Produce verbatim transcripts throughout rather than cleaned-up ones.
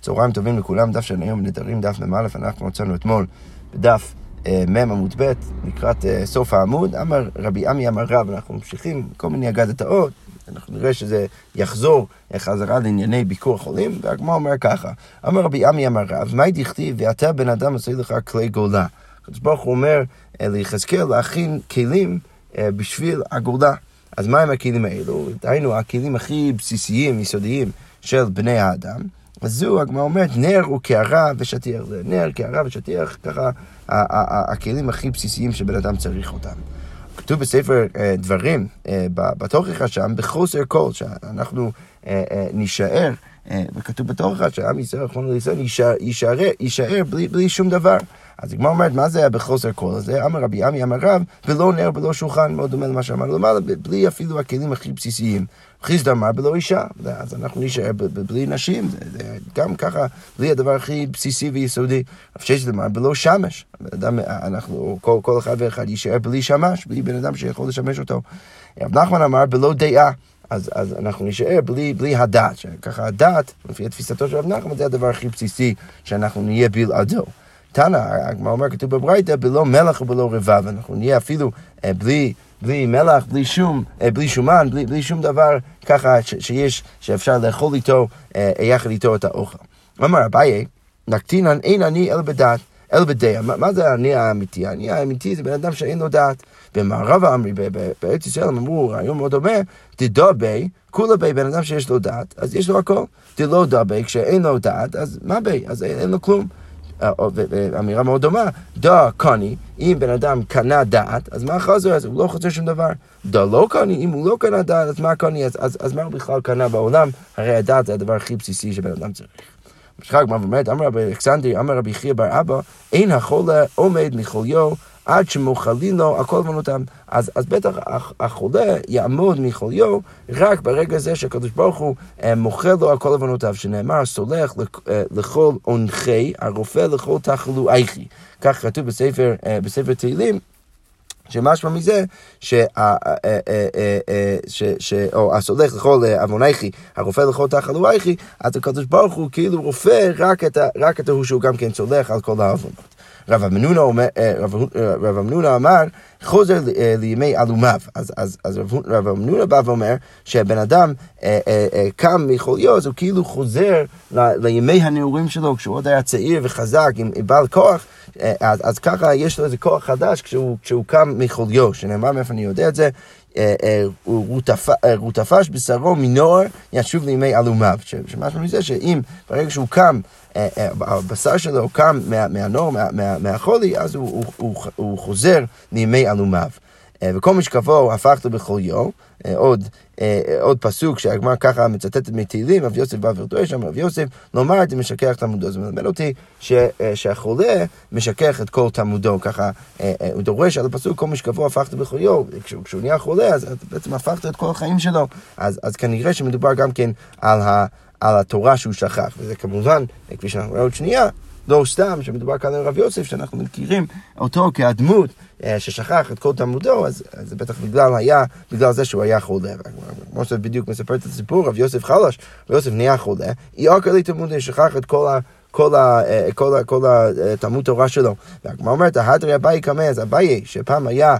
צהריים טובים לכולם, דף של היום נדרים, דף ממא'. אנחנו מצאנו אתמול בדף מ' עמוד ב', לקראת סוף העמוד. אמר רבי עמי אמר רב, אנחנו ממשיכים כל מיני אגדתאות, אנחנו נראה שזה יחזור חזרה לענייני ביקור חולים, והגמרא אומר ככה, אמר רבי עמי אמר רב, מה דכתיב ואתה בן אדם עושה לך כלי גולה? הקדוש ברוך הוא אומר ליחזקאל להכין כלים בשביל הגולה. אז מה הם הכלים האלו? דהיינו, הכלים הכי בסיסיים, יסודיים של בני האדם. אז זו, הגמרא אומרת, נר וקערה ושטיח. זה נר, קערה ושטיח, ככה הכלים הכי בסיסיים שבן אדם צריך אותם. כתוב בספר דברים, בתוכחה שם, בחוסר כל, שאנחנו נשאר, וכתוב בתוכחה שעם ישראל, אחרון לישראל, יישאר, יישאר בלי, בלי שום דבר. אז הגמרא אומרת, מה זה היה בחוסר כל הזה? אמר רבי עמי אמר רב, ולא נר בלא שולחן, מאוד דומה למה שאמר למעלה, בלי אפילו הכלים הכי בסיסיים. חיסדא אמר בלא אישה, אז אנחנו נשאר בלי נשים, זה, זה גם ככה, בלי הדבר הכי בסיסי ויסודי. אבשש אמר בלא שמש, אדם, אנחנו, כל, כל אחד ואחד יישאר בלי שמש, בלי בן אדם שיכול לשמש אותו. רב נחמן אמר בלא דעה, אז, אז אנחנו נשאר בלי, בלי הדעת, שככה הדעת, לפי התפיסתו של רב נחמן, זה הדבר הכי בסיסי שאנחנו נהיה בלעדו. תנא, הגמרא אומר, כתוב בברייתא, בלא מלח ובלא רבב, אנחנו נהיה אפילו אה, בלי, בלי מלח, בלי שום, אה, בלי שומן, בלי, בלי שום דבר ככה ש, שיש, שאפשר לאכול איתו, אה, יחד איתו את האוכל. אמר אביי, נקטינן אין אני אלא בדעת, אלא בדעה. מה, מה זה אני האמיתי? אני האמיתי זה בן אדם שאין לו דעת. במערב האמרי, בארץ ישראל, הם אמרו, רעיון מאוד דומה, דדבי, כולה בי, בן אדם שיש לו דעת, אז יש לו הכל. דלא דבי, כשאין לו דעת, אז מה בי? אז אין לו כלום. אמירה מאוד דומה, דה קני, אם בן אדם קנה דעת, אז מה חזר? אז הוא לא חוזר שום דבר. דה לא קני, אם הוא לא קנה דעת, אז מה קני? אז, אז, אז מה הוא בכלל קנה בעולם? הרי הדעת זה הדבר הכי בסיסי שבן אדם צריך. משחק מה אומרת, אמר רבי אלכסנדרי, אמר רבי חייא בר אבא, אין החולה עומד מחוליו, עד שמוכלים לו הכל בנותם. אז, אז בטח החולה יעמוד מחוליו רק ברגע זה שהקדוש ברוך הוא מוכל לו הכל לבנותיו, שנאמר סולח לכל עונכי, הרופא לכל תחלואיכי. כך כתוב בספר, בספר תהילים, שמשמע מזה, או הסולח לכל עוונייכי, הרופא לכל תחלואיכי, אז הקדוש ברוך הוא כאילו רופא רק את ההוא שהוא גם כן סולח על כל העוונות. רב המנונה אומר, רב המנונה אמר, חוזר לימי אלומיו. אז, אז, אז רב המנונה בא ואומר, שהבן אדם אה, אה, אה, קם מחוליו, אז הוא כאילו חוזר ל, לימי הנעורים שלו, כשהוא עוד היה צעיר וחזק, עם, עם בעל כוח, אה, אז, אז ככה יש לו איזה כוח חדש כשהוא, כשהוא קם מחוליו, שנאמר מאיפה אני יודע את זה, הוא תפש בשרו מנוער ישוב לימי אלומיו, שמשהו מזה שאם ברגע שהוא קם, הבשר שלו קם מהנוער, מהחולי, אז הוא חוזר לימי אלומיו. וכל משכבו הפכת בכל יום, עוד, עוד פסוק שהגמרא ככה מצטטת מתהילים, רב יוסף בא ורטועה שם, רב יוסף, לומר את משכח תלמודו. זה מלמד אותי ש, שהחולה משכח את כל תלמודו, ככה הוא דורש על הפסוק, כל משכבו הפכת בכל יום, כשהוא, כשהוא נהיה חולה, אז בעצם הפכת את כל החיים שלו, אז, אז כנראה שמדובר גם כן על, ה, על התורה שהוא שכח, וזה כמובן, כפי שאנחנו רואים עוד שנייה, לא סתם שמדובר כאן על רב יוסף, שאנחנו מכירים אותו כהדמות ששכח את כל תלמודו, אז זה בטח בגלל היה, בגלל זה שהוא היה חולה. כמו שבדיוק מספר את הסיפור, רב יוסף חלש, רב יוסף נהיה חולה, יעקר לי תלמודו, שכח את כל ה... כל ה... כל ה... כל התלמוד תורה שלו. והגמרא אומרת, ההדרי אביי קמא, אז אביי, שפעם היה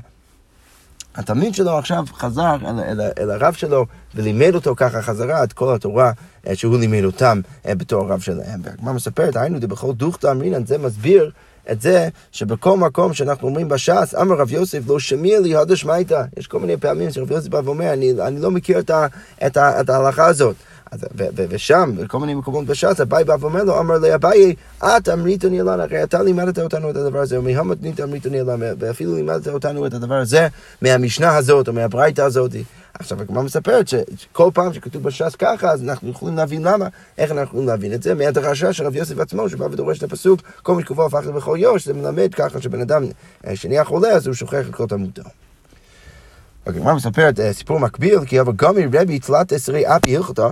התלמיד שלו, עכשיו חזר אל, אל, אל הרב שלו ולימד אותו ככה חזרה את כל התורה שהוא לימד אותם בתור הרב שלהם. והגמרא מספרת, היינו די בכל דוכתא אמרינן, זה מסביר את זה שבכל מקום שאנחנו אומרים בש"ס, אמר רב יוסף, לא שמיע לי הדה שמייתא. יש כל מיני פעמים שרב יוסף בא ואומר, אני, אני לא מכיר את, ה, את, ה, את ההלכה הזאת. אז, ו, ו, ושם, בכל מיני מקומות בש"ס, אביי בא ואומר לו, אמר לי אביי, את אמריתוני אלן, הרי אתה לימדת אותנו את הדבר הזה, ומהמתנית אמריתוני אלן, ואפילו לימדת אותנו את הדבר הזה מהמשנה הזאת, או מהברייתא הזאת. עכשיו, הגמרא מספרת שכל פעם שכתוב בש"ס ככה, אז אנחנו יכולים להבין למה, איך אנחנו יכולים להבין את זה, מהדרשה של רב יוסף עצמו, שבא ודורש את הפסוק, כל משכבו הפך בכל יום, שזה מלמד ככה שבן אדם שנהיה חולה, אז הוא שוכח את כל תלמודו. הגמרא מספרת סיפור מקביל, כי אבל גם רבי תלת עשרי אפי הלכתו,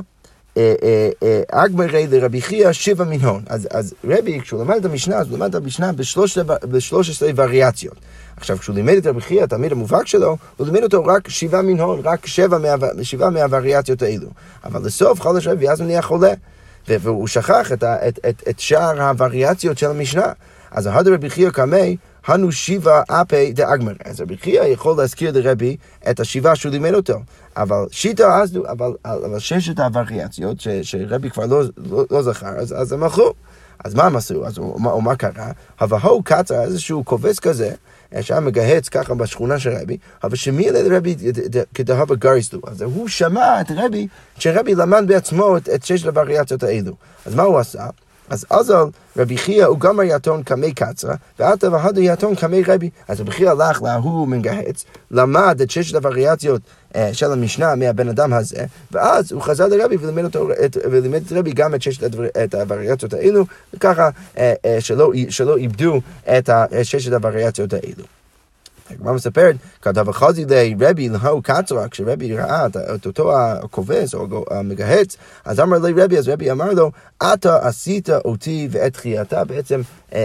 אגמרי לרבי חייא שבע מנהון. אז, אז רבי, כשהוא למד את המשנה, אז הוא למד את המשנה בשלוש עשרה וריאציות. עכשיו, כשהוא לימד את רבי חייא, התלמיד המובהק שלו, הוא לימד אותו רק שבע מנהון, רק שבע, מה, שבע מהווריאציות האלו. אבל לסוף חודש רבי, אז הוא נהיה חולה. והוא שכח את, את, את, את שאר הווריאציות של המשנה. אז הדר רבי חייא קמי, הנו שיבה אפי דאגמר. אז רבי חייא יכול להזכיר לרבי את השיבה שהוא לימד אותו. אבל שיטה אז, אבל, אבל ששת הווריאציות ש, שרבי כבר לא, לא, לא זכר, אז, אז הם הלכו. אז מה הם עשו? אז מה, או מה קרה? הווהו קצר, איזשהו קובץ כזה, שהיה מגהץ ככה בשכונה של רבי, אבל שמי אלה רבי כדהבה גריסטו. אז הוא שמע את רבי, שרבי למד בעצמו את, את ששת הווריאציות האלו. אז מה הוא עשה? אז אזל רבי חייא הוא גם יתון כמי קצרה, ועתה והדו יתון כמי רבי. אז רבי חייא הלך להוא מגהץ, למד את ששת הווריאציות של המשנה מהבן אדם הזה, ואז הוא חזר לרבי ולימד אותו, ולימד את רבי גם את ששת את הווריאציות האלו, וככה שלא, שלא איבדו את ששת הווריאציות האלו. הגמרא מספרת, כתב החזי לרבי להוא קצרה, כשרבי ראה את אותו הכובס או המגהץ, אז אמר לי רבי, אז רבי אמר לו, אתה עשית אותי ואת חייתה, בעצם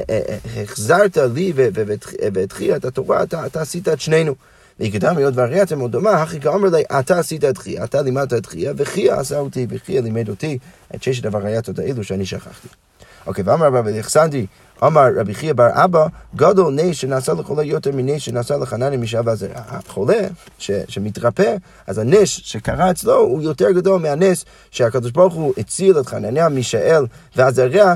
החזרת לי ואת חיית התורה, אתה עשית את שנינו. וכתב מאוד וריאציה מאוד דומה, הכי כאמר לי, אתה עשית את חיה, אתה לימדת את חיה, וחיה עשה אותי, וחיה לימד אותי את ששת הווריאציות האלו שאני שכחתי. אוקיי, ואמר רבי אלכסנדרי, אמר רבי חייא בר אבא, גדול נס שנעשה לחולה יותר מנס שנעשה לחנני משעה והזרע. החולה ש, שמתרפא, אז הנס שקרה אצלו הוא יותר גדול מהנס שהקדוש ברוך הוא הציל את חנניה, מישאל והזרע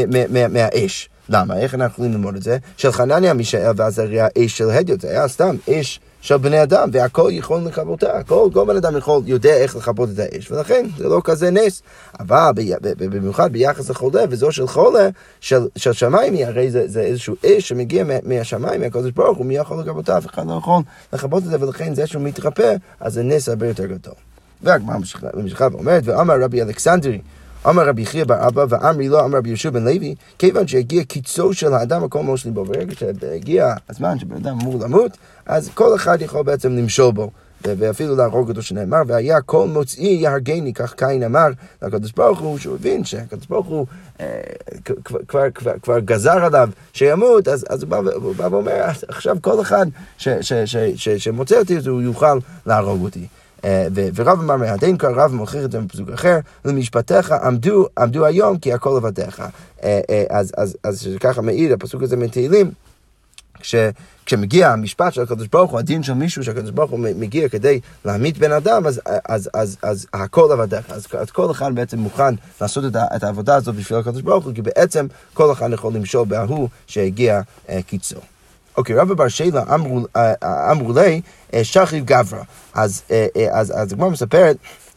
מהאש. למה? איך אנחנו יכולים ללמוד את זה? של חנניה, מישאל והזרע אש של הדיוט, זה היה סתם אש של בני אדם, והכל יכול לכבותה, הכל, כל בן אדם יכול, יודע איך לכבות את האש, ולכן זה לא כזה נס, אבל במיוחד ביחס לחולה, וזו של חולה, של, של שמיים, הרי זה, זה איזשהו אש שמגיע מהשמיים, מהקדוש ברוך הוא, מי יכול לכבותה, אף אחד לא יכול לכבות את זה, ולכן זה שהוא מתרפא, אז זה נס הרבה יותר גדול. והגמרא ממשיכה ואומרת, ואמר רבי אלכסנדרי, אמר רבי חייא בר אבא, ואמרי לו, אמר רבי יהושע בן לוי, כיוון שהגיע קיצו של האדם, הכל מושל בו, ברגע שהגיע הזמן שבן אדם אמור למות, אז כל אחד יכול בעצם למשול בו, ואפילו להרוג אותו שנאמר, והיה כל מוצאי יהרגני, כך קין אמר לקדוש ברוך הוא, שהוא הבין שהקדוש ברוך הוא אה, כבר, כבר, כבר, כבר גזר עליו שימות, אז, אז הוא, בא, הוא בא ואומר, עכשיו כל אחד ש, ש, ש, ש, שמוצא אותי, הוא יוכל להרוג אותי. ורב אמר מהדין קרא, רב מוכיח את זה בפסוק אחר, למשפטיך עמדו, עמדו היום כי הכל לבדיך. אז, אז, אז ככה מעיד הפסוק הזה מתהילים, כש, כשמגיע המשפט של הקדוש ברוך הוא, הדין של מישהו שהקדוש ברוך הוא מגיע כדי להמית בן אדם, אז, אז, אז, אז הכל לבדיך. אז, אז כל אחד בעצם מוכן לעשות את, את העבודה הזאת בשביל הקדוש ברוך הוא, כי בעצם כל אחד יכול למשול בהוא שהגיע קיצו. אוקיי, רבי בר שילה אמרו לי, שחיב גברא. אז הגמרא מספרת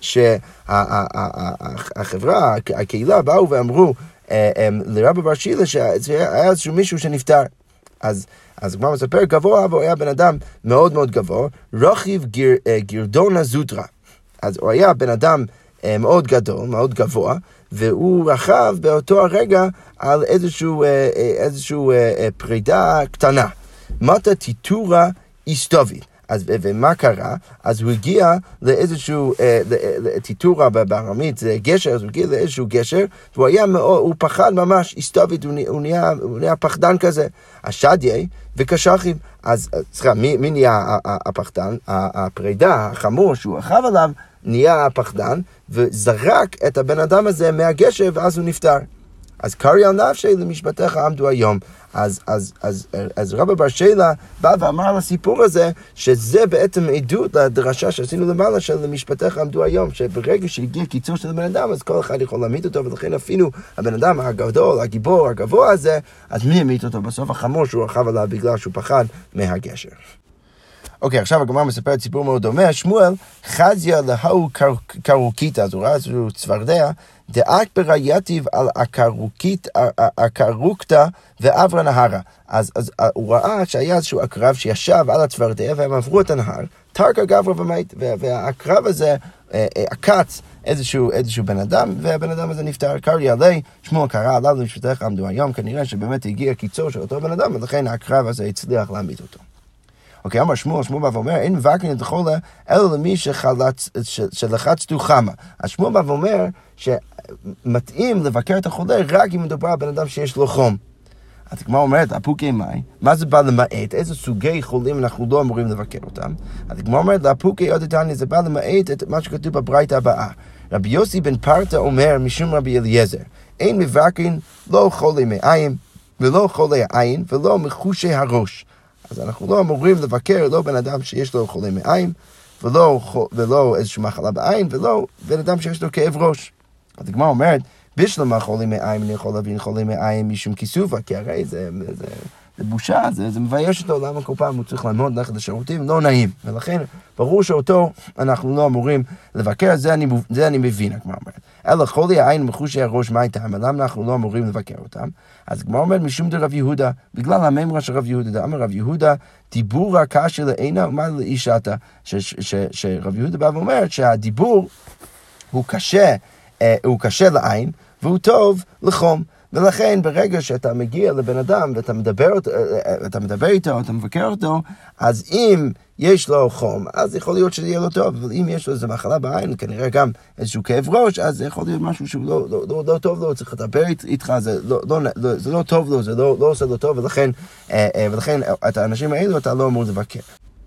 שהחברה, הקהילה, באו ואמרו לרבי בר שילה שהיה איזשהו מישהו שנפטר. אז הגמרא מספרת גבוה, והוא היה בן אדם מאוד מאוד גבוה, רכיב גרדונה זוטרה. אז הוא היה בן אדם מאוד גדול, מאוד גבוה, והוא רכב באותו הרגע על איזשהו, איזשהו פרידה קטנה. מטה טיטורה איסטובי. אז ומה קרה? אז הוא הגיע לאיזשהו טיטורה בארמית, זה גשר, אז הוא הגיע לאיזשהו גשר, והוא היה מאוד, הוא פחד ממש, איסטובי, הוא נהיה, הוא נהיה פחדן כזה. השדיה וקשחים. אז סליחה, מי, מי נהיה הפחדן? הפרידה, החמור שהוא רכב עליו, נהיה הפחדן, וזרק את הבן אדם הזה מהגשר, ואז הוא נפטר. אז קרי על נפשי למשפטיך עמדו היום. אז, אז, אז, אז רבי בר שילה בא ואמר על הסיפור הזה, שזה בעצם עדות לדרשה שעשינו למעלה של למשפטיך עמדו היום, שברגע שהגיע קיצור של הבן אדם, אז כל אחד יכול להמית אותו, ולכן אפילו הבן אדם הגדול, הגיבור, הגבוה הזה, אז מי ימית אותו? בסוף החמור שהוא רכב עליו בגלל שהוא פחד מהגשר. אוקיי, עכשיו הגמרא מספרת סיפור מאוד דומה. שמואל חזיה להוא קרוקיתא, אז הוא ראה איזשהו צפרדע, דאק ברייתיו על הקרוקתא ועברה נהרה. אז, אז הוא ראה שהיה איזשהו עקרב שישב על הצפרדע, והם עברו את הנהר, תרקה גברה ומת, והעקרב הזה עקץ איזשהו, איזשהו בן אדם, והבן אדם הזה נפטר. קרי עלי, שמואל קרא עליו למשפטיך עמדו היום, כנראה שבאמת הגיע קיצור של אותו בן אדם, ולכן העקרב הזה הצליח להמית אותו. אוקיי, אמר שמואל, שמואל בא ואומר, אין מבקרים את החולה, אלא למי שחלץ, שלחצתו חמה. אז שמואל בא ואומר שמתאים לבקר את החולה רק אם מדובר על בן אדם שיש לו חום. אז כמו אומרת, הפוקי מאי, מה זה בא למעט? איזה סוגי חולים אנחנו לא אמורים לבקר אותם? אז כמו אומרת, הפוקי עוד איתני, זה בא למעט את מה שכתוב בברייתא הבאה. רבי יוסי בן פרטה אומר משום רבי אליעזר, אין מבקרין לא חולי מעיים ולא חולי העין ולא מחושי הראש. אז אנחנו לא אמורים לבקר לא בן אדם שיש לו חולי מעיים ולא, ולא איזושהי מחלה בעין ולא בן אדם שיש לו כאב ראש. אז הגמרא אומרת, בשלמה חולי מעיים אני יכול להבין חולי מעיים משום כיסופה, כי הרי זה... זה זה בושה, זה, זה מבייש אותו, למה כל פעם הוא צריך לעמוד ללכת לשירותים, לא נעים. ולכן ברור שאותו אנחנו לא אמורים לבקר, זה אני, זה אני מבין, הגמרא אומרת. אלא חולי העין ומחושי הראש, מה איתם? למה אנחנו לא אמורים לבקר אותם? אז הגמרא אומרת, משום דרב יהודה, בגלל הממרה של רב יהודה, אמר רב יהודה, דיבור הקשה לעינה ומה לאישתה, שרב יהודה בא ואומר שהדיבור הוא קשה, הוא קשה לעין, והוא טוב לחום. ולכן ברגע שאתה מגיע לבן אדם ואתה מדבר, אתה מדבר איתו, אתה מבקר אותו, אז אם יש לו חום, אז יכול להיות שזה יהיה לו טוב, אבל אם יש לו איזו מחלה בעין, כנראה גם איזשהו כאב ראש, אז זה יכול להיות משהו שהוא לא, לא, לא, לא טוב לו, צריך לדבר איתך, זה לא, לא, לא, זה לא טוב לו, זה לא, לא עושה לו טוב, ולכן, ולכן את האנשים האלו אתה לא אמור לבקר.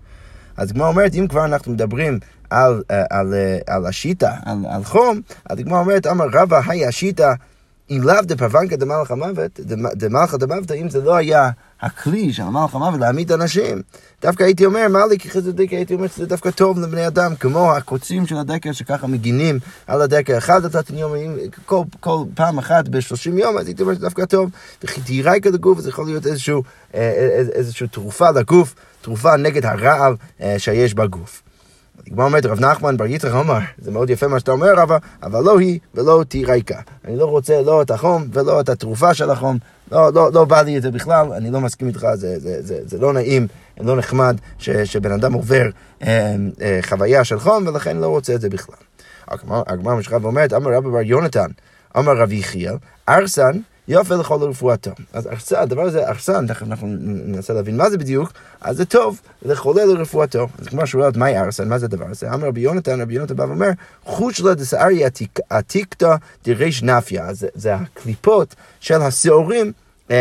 אז כמו אומרת, אם כבר אנחנו מדברים על, על, על השיטה, על, על חום, אז כמו אומרת, אמר רבא, היי השיטה, אם לאו דפרבנקה דמלך המוות, דמלך דמוות, אם זה לא היה הכלי של המלך המוות להעמיד אנשים, דווקא הייתי אומר, מה לי כחזר דקר, הייתי אומר שזה דווקא טוב לבני אדם, כמו הקוצים של הדקר שככה מגינים על הדקר, אחד התתן יום, כל, כל פעם אחת בשלושים יום, אז הייתי אומר שזה דווקא טוב, וכי תיראיקה לגוף, זה יכול להיות איזשהו, איזשהו תרופה לגוף, תרופה נגד הרעל שיש בגוף. הגמרא אומרת, רב נחמן בר יצחק אמר, זה מאוד יפה מה שאתה אומר רבא, אבל לא היא ולא תיראיקה. אני לא רוצה לא את החום ולא את התרופה של החום, לא, לא, לא בא לי את זה בכלל, אני לא מסכים איתך, זה, זה, זה, זה לא נעים, לא נחמד ש, שבן אדם עובר אה, אה, חוויה של חום, ולכן לא רוצה את זה בכלל. הגמרא משכה ואומרת, אמר רבא בר יונתן, אמר רב יחיאל, ארסן יופי לכל רפואתו. אז ארסן, הדבר הזה, ארסן, תכף אנחנו ננסה להבין מה זה בדיוק, אז זה טוב לחולה לרפואתו. אז כמו שואלת, מהי ארסן? מה זה הדבר הזה? אמר רבי יונתן, רבי יונתן בא ואומר, חוש לה דסערי עתיקתא דריש נפיה. אז זה הקליפות של השעורים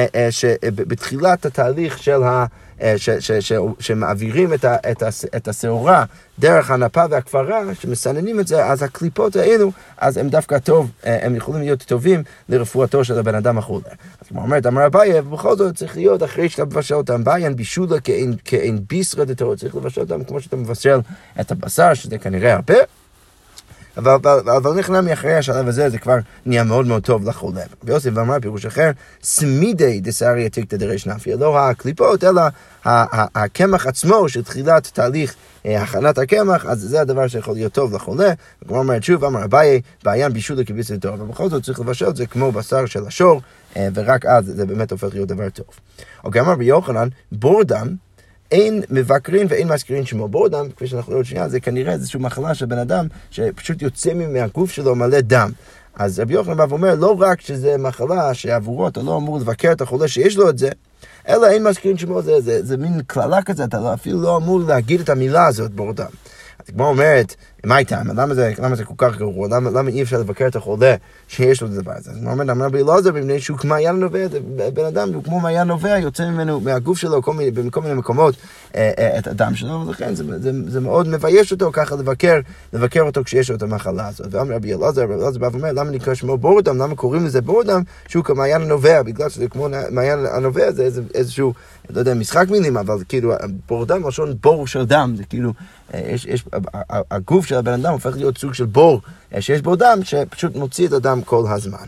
שבתחילת התהליך של ה... ש, ש, ש, שמעבירים את, ה, את, ה, את השעורה דרך הנפה והכפרה, שמסננים את זה, אז הקליפות האלו, אז הם דווקא טוב, הם יכולים להיות טובים לרפואתו של הבן אדם החולה. אז כמו אומרת, אמר אביי, ובכל זאת צריך להיות אחרי שאתה מבשל אותם, ביין בישולה כאין, כאין ביסרא דתורה, צריך לבשל אותם כמו שאתה מבשל את הבשר, שזה כנראה הרבה, אבל, אבל, אבל נכנע מאחרי השלב הזה, זה כבר נהיה מאוד מאוד טוב לחולה. ויוסף ואמר פירוש אחר, סמידי דסערי עתיקתא דריש נפיה, לא הקליפות, אלא הקמח עצמו של תחילת תהליך הכנת הקמח, אז זה הדבר שיכול להיות טוב לחולה. וכמו אומרת שוב, אמר אביי, בעיין בישולה כביסרא דתורה, אבל בכל זאת צריך לבשל את זה כמו בשר של השור, ורק אז זה באמת הופך להיות דבר טוב. אוקיי, אמר ביוחנן, בור דם, אין מבקרין ואין מזכירין שמו. בור דם, כפי שאנחנו רואים שנייה, זה כנראה איזושהי מחלה של בן אדם שפשוט יוצא מהגוף שלו מלא דם. אז רבי יוחנן בא ואומר, לא רק שזה מחלה שעבורו אתה לא אמור לבקר את החולה שיש לו את זה, אלא אין מזכירין שמו, זה, זה, זה מין כללה כזה, אתה אפילו לא אמור להגיד את המילה הזאת בור דם. אז כמו אומרת, מה איתם? למה זה, למה זה כל כך גרוע? למה, למה אי אפשר לבקר את החולה שיש לו את הדבר הזה? אז כמו אומרת, אמר רבי אלעזר, במפני שהוא כמו מעיין הנובע, בן אדם, הוא כמו מעיין נובע, יוצא ממנו, מהגוף שלו, כל מיני, בכל מיני מקומות, אה, אה, את הדם שלו, ולכן זה, זה, זה מאוד מבייש אותו ככה לבקר, לבקר אותו כשיש לו את המחלה הזאת. ואמר רבי אלעזר, רבי אלעזר בא ואומר, למה נקרא שמו בור דם? למה קוראים לזה בור דם? שהוא כמו מעיין הנובע, בגלל שזה כמו מעיין הנובע, זה איזה, איזשהו, לא יודע, משחק מילים, אבל כאילו, בור דם, לשון בור של דם, זה כאילו, יש, יש, הגוף של הבן אדם הופך להיות סוג של בור שיש בו דם, שפשוט מוציא את הדם כל הזמן.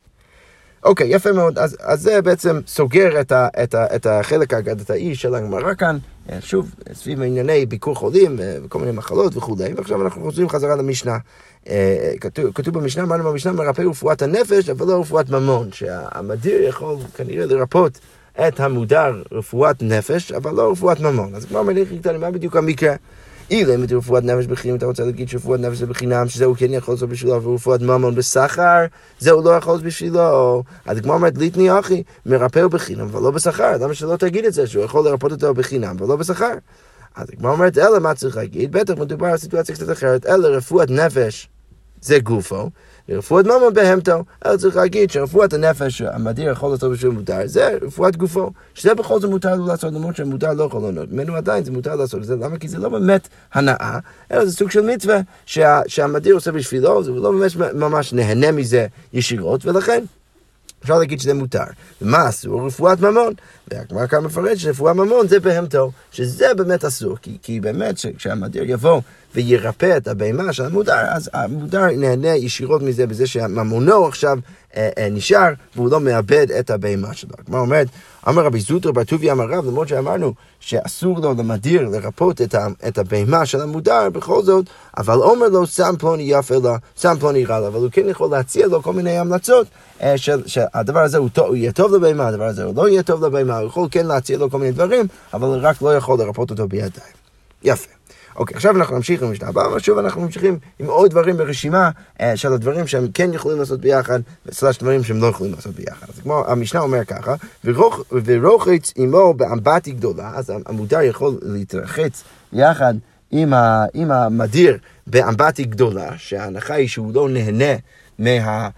אוקיי, יפה מאוד. אז, אז זה בעצם סוגר את, ה, את, ה, את החלק האגדתאי של הגמרא כאן, שוב, סביב ענייני ביקור חולים וכל מיני מחלות וכו'. ועכשיו אנחנו חוזרים חזרה למשנה. כתוב, כתוב במשנה, אמרנו במשנה, מרפא רפואת הנפש, אבל לא רפואת ממון, שהמדיר יכול כנראה לרפות את המודר רפואת נפש, אבל לא רפואת ממון. אז כמו מלך קטנים, מה בדיוק המקרה? אילם את רפואת נפש בחינם, אתה רוצה להגיד שרפואת נפש זה בחינם, שזהו כן יכול לעשות בשבילו, ורפואת ממון בשכר, זהו לא יכול לעשות בשבילו. אז כמו אומרת, ליטני אחי, מרפאו בחינם, אבל לא בשכר. למה שלא תגיד את זה, שהוא יכול לרפות אותו בחינם, ולא בשכר? אז כמו אומרת, אלא מה צריך להגיד? בטח מדובר על סיטואציה קצת אחרת, אלא רפואת נפש זה גופו, לרפואת ממון בהמתו, אלא צריך להגיד שרפואת הנפש, המדיר יכול לעשות בשביל מותר, זה רפואת גופו, שזה בכל זאת מותר לו לעשות, למרות שמותר לא יכול לענות, ממנו עדיין זה מותר לעשות, זה למה? כי זה לא באמת הנאה, אלא זה סוג של מצווה שה, שהמדיר עושה בשבילו, זה לא ממש, ממש נהנה מזה ישירות, ולכן אפשר להגיד שזה מותר. ומה אסור? רפואת ממון. והגמרא כאן מפרט שרפואת ממון זה בהמתו, שזה באמת אסור, כי, כי באמת כשהמדיר יבוא וירפא את הבהמה של המודר, אז המודר נהנה ישירות מזה, בזה שהממונו עכשיו אה, אה, נשאר, והוא לא מאבד את הבהמה שלו. הגמרא אומרת, אמר רבי זוטרא בר טוביה אמר רב, למרות שאמרנו שאסור לו למדיר לרפות את, ה, את הבהמה של המודר, בכל זאת, אבל אומר לו, שם פלוני יפה לה, שם פלוני רע לה, אבל הוא כן יכול להציע לו כל מיני המלצות, אה, של, שהדבר הזה הוא, הוא יהיה טוב לבהמה, הדבר הזה הוא לא יהיה טוב לבהמה, הוא יכול כן להציע לו כל מיני דברים, אבל רק לא יכול לרפות אותו בידיים. יפה. אוקיי, עכשיו אנחנו נמשיך עם המשנה הבאה, אבל שוב אנחנו ממשיכים עם עוד דברים ברשימה אה, של הדברים שהם כן יכולים לעשות ביחד, וסלש דברים שהם לא יכולים לעשות ביחד. אז כמו המשנה אומר ככה, ורוח, ורוחץ עמו באמבטי גדולה, אז המודר יכול להתרחץ יחד עם, ה, עם המדיר באמבטי גדולה, שההנחה היא שהוא לא נהנה מה...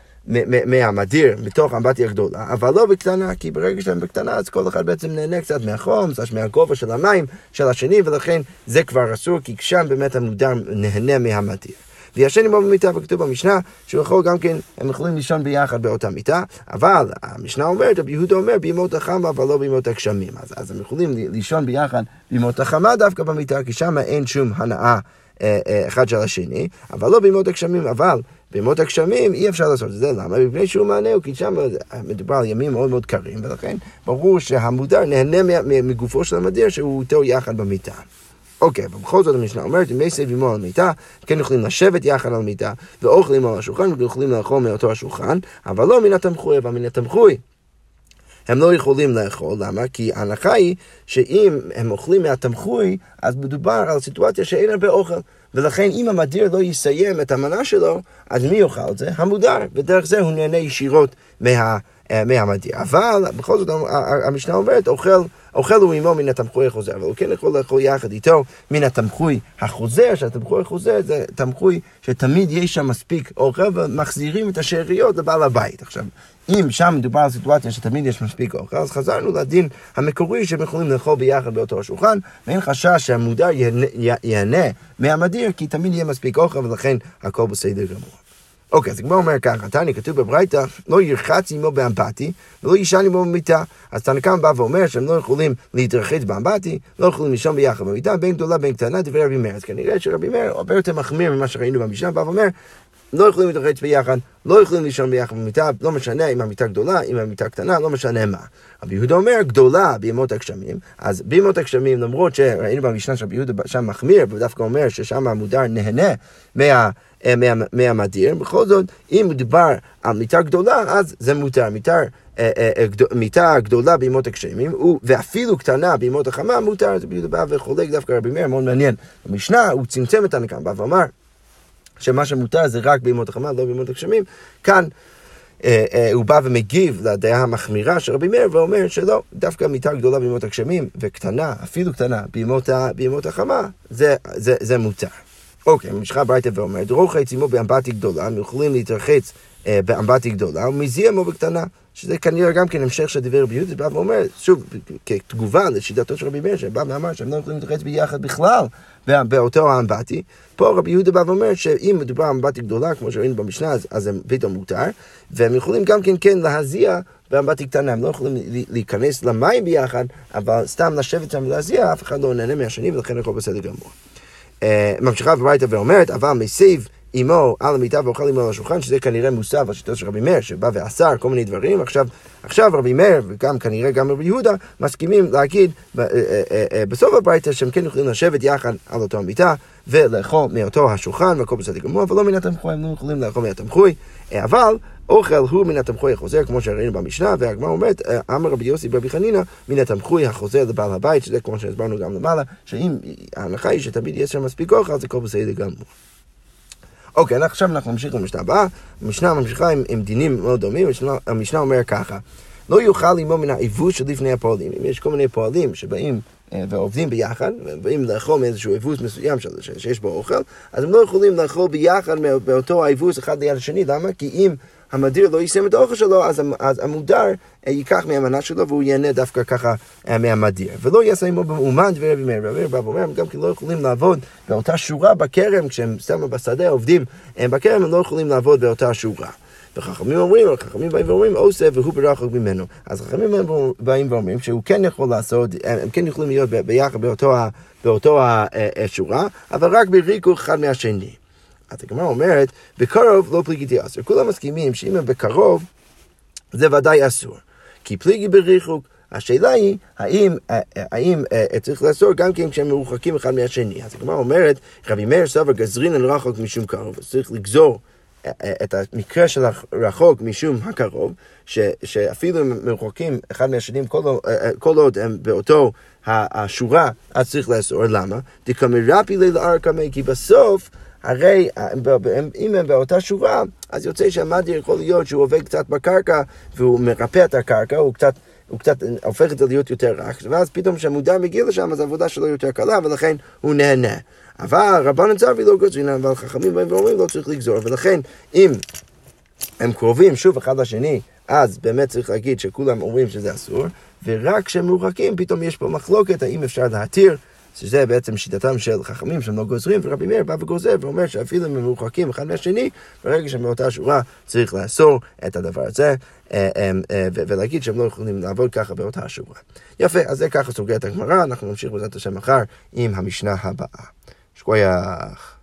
מהמדיר בתוך אמבטיה גדולה, אבל לא בקטנה, כי ברגע שהם בקטנה אז כל אחד בעצם נהנה קצת מהחום, מהגובה של המים של השני, ולכן זה כבר אסור, כי שם באמת המודר נהנה מהמדיר. וישן עמו במיטה, וכתוב במשנה שהוא יכול גם כן, הם יכולים לישון ביחד באותה מיטה, אבל המשנה אומרת, רבי יהודה אומר, בימות החמה, אבל לא בימות הגשמים. אז, אז הם יכולים לישון ביחד בימות החמה דווקא במיטה, כי שם אין שום הנאה אחד של השני, אבל לא בימות הגשמים, אבל בימות הגשמים אי אפשר לעשות את זה. למה? מפני שהוא מענהו, כי שם מדובר על ימים מאוד מאוד קרים, ולכן ברור שהמודר נהנה מגופו של המדיר שהוא איתו יחד במיטה. אוקיי, ובכל זאת המשנה אומרת, אם מסב עמו על מיטה, כן יכולים לשבת יחד על מיטה, ואוכלים על השולחן, ויכולים לאכול מאותו השולחן, אבל לא מן התמחוי, אבל מן התמחוי. הם לא יכולים לאכול, למה? כי ההנחה היא שאם הם אוכלים מהתמחוי, אז מדובר על סיטואציה שאין הרבה אוכל, ולכן אם המדיר לא יסיים את המנה שלו, אז מי יאכל את זה? המודר, ודרך זה הוא נהנה ישירות מה, מהמדיר. אבל בכל זאת המשנה אומרת, אוכל, אוכל הוא עמו מן התמחוי החוזר, אבל הוא כן יכול לאכול יחד איתו מן התמחוי החוזר, שהתמחוי החוזר זה תמחוי שתמיד יש שם מספיק אוכל, ומחזירים את השאריות לבעל הבית. עכשיו, אם שם מדובר על סיטואציה שתמיד יש מספיק אוכל, אז חזרנו לדין המקורי שהם יכולים לאכול ביחד באותו השולחן, ואין חשש שהמודר יענה מהמדיר, כי תמיד יהיה מספיק אוכל, ולכן הכל בסדר גמור. אוקיי, אז כמו אומר ככה, תני כתוב בברייתא, לא ירחץ עמו באמבטי, ולא יישן עמו במיטה. אז תנא קמא בא ואומר שהם לא יכולים להתרחץ באמבטי, לא יכולים לישון ביחד במיטה, בין גדולה בין קטנה, דברי רבי מאיר. אז כנראה שרבי מאיר הרבה יותר מחמיר ממה שראינו במשנה, בא ואומר, לא יכולים להתרחץ ביחד, לא יכולים לישון ביחד במיטה, לא משנה אם המיטה גדולה, אם המיטה קטנה, לא משנה מה. רבי יהודה אומר, גדולה בימות הגשמים, אז בימות הגשמים, למרות שראינו במשנה שרבי יהודה שם מחמיר, ודווקא אומר ששם המודר נהנה מה... מה, מהמדיר, בכל זאת, אם מדובר על מיטה גדולה, אז זה מותר. מיטה, מיטה גדולה בימות הגשמים, ואפילו קטנה בימות החמה, מותר. זה בדיוק בא וחולק דווקא רבי מאיר, מאוד מעניין. במשנה הוא צמצם את הנקם, בא ואמר שמה שמותר זה רק בימות החמה, לא בימות הגשמים. כאן הוא בא ומגיב לדעה המחמירה של רבי מאיר, ואומר שלא, דווקא מיטה גדולה בימות הגשמים, וקטנה, אפילו קטנה, בימות החמה, זה, זה, זה מותר. אוקיי, ממשיכה ברייתא ואומרת, רוחץ עמו באמבטי גדולה, הם יכולים להתרחץ אה, באמבטי גדולה, ומזיע עמו בקטנה, שזה כנראה גם כן המשך של דברי רבי יהודה, בא ואומר, שוב, כתגובה לשיטתו של רבי מאיר, שבא ואמר שהם לא יכולים להתרחץ ביחד בכלל באותו האמבטי, פה רבי יהודה בא ואומר שאם מדובר באמבטי גדולה, כמו שראינו במשנה, אז, אז הם פתאום מותר, והם יכולים גם כן כן להזיע באמבטי קטנה, הם לא יכולים להיכנס למים ביחד, אבל סתם לשבת שם ולהזיע, אף אחד לא נהנה מהשני, ולכן הכל בסדר גמור. ממשיכה ברייתא ואומרת, אבל מסב עמו על המיטה ואוכל עמו על השולחן, שזה כנראה מוסף על שיטות של רבי מאיר, שבא ואסר כל מיני דברים. עכשיו, עכשיו רבי מאיר, וגם כנראה גם רבי יהודה, מסכימים להגיד בסוף הברייתא שהם כן יכולים לשבת יחד על אותו המיטה, ולאכול מאותו השולחן, והכל בסדר גמור, אבל לא מן התמחוי, הם לא יכולים לאכול מן התמחוי, אבל אוכל הוא מן התמחוי החוזר, כמו שראינו במשנה, והגמרא אומרת, אמר רבי יוסי ברבי חנינא, מן התמחוי החוזר לבעל הבית, שזה כמו שהסברנו גם למעלה, שאם ההנחה היא שתמיד יש שם מספיק אוכל, אז הכל בסדר גמור. אוקיי, עכשיו אנחנו נמשיך למשנה הבאה. המשנה ממשיכה עם, עם דינים מאוד דומים. המשנה, המשנה אומר ככה, לא יוכל לימו מן האיבוש שלפני הפועלים. אם יש כל מיני פועלים שבאים ועובדים ביחד, ובאים לאכול מאיזשהו איבוס מסוים שיש בו אוכל, אז הם לא יכולים לאכול ביחד באותו האיבוס אחד ליד השני. למה? כי אם המדיר לא יסיים את האוכל שלו, אז, אז המודר ייקח מהמנה שלו והוא ייהנה דווקא ככה מהמדיר. ולא יעשה עמו במאומן דברי רבי מאיר. רבי מאיר אומר, הם גם כי לא יכולים לעבוד באותה שורה בכרם, כשהם סתם בשדה עובדים בכרם, הם לא יכולים לעבוד באותה שורה. וחכמים אומרים, או חכמים באים ואומרים, עושה והוא ברחוק ממנו. אז חכמים באים ואומרים שהוא כן יכול לעשות, הם כן יכולים להיות ביחד באותו, באותו השורה, אבל רק בריחוק אחד מהשני. אז הגמרא אומרת, בקרוב לא פליגיתי אסור. כולם מסכימים שאם הם בקרוב, זה ודאי אסור. כי פליגי בריחוק, השאלה היא, האם, האם צריך לאסור גם כן כשהם מרוחקים אחד מהשני. אז הגמרא אומרת, רבי מאיר סבר גזרינן רחוק משום קרוב. אז צריך לגזור את המקרה של הרחוק משום הקרוב, ש, שאפילו הם מרוחקים אחד מהשנים, כל, כל עוד הם באותו השורה, אז צריך לאסור. למה? דקמרפי לילאר קמי, כי בסוף, הרי אם הם באותה שורה, אז יוצא שהמדיר יכול להיות שהוא עובד קצת בקרקע, והוא מרפא את הקרקע, הוא קצת, הוא קצת הופך את זה להיות יותר רך, ואז פתאום שהמודר מגיע לשם, אז העבודה שלו יותר קלה, ולכן הוא נהנה. אבל רבן צרפי לא גוזרין, אבל חכמים באים ואומרים לא צריך לגזור, ולכן אם הם קרובים שוב אחד לשני, אז באמת צריך להגיד שכולם אומרים שזה אסור, ורק כשהם מורחקים פתאום יש פה מחלוקת, האם אפשר להתיר, שזה בעצם שיטתם של חכמים שהם לא גוזרים, ורבי מאיר בא וגוזר ואומר שאפילו הם מורחקים אחד מהשני, ברגע שהם באותה שורה צריך לאסור את הדבר הזה, ולהגיד שהם לא יכולים לעבוד ככה באותה שורה. יפה, אז זה ככה סוגר את הגמרא, אנחנו נמשיך בעזרת השם מחר עם המשנה הבאה. שכוייח.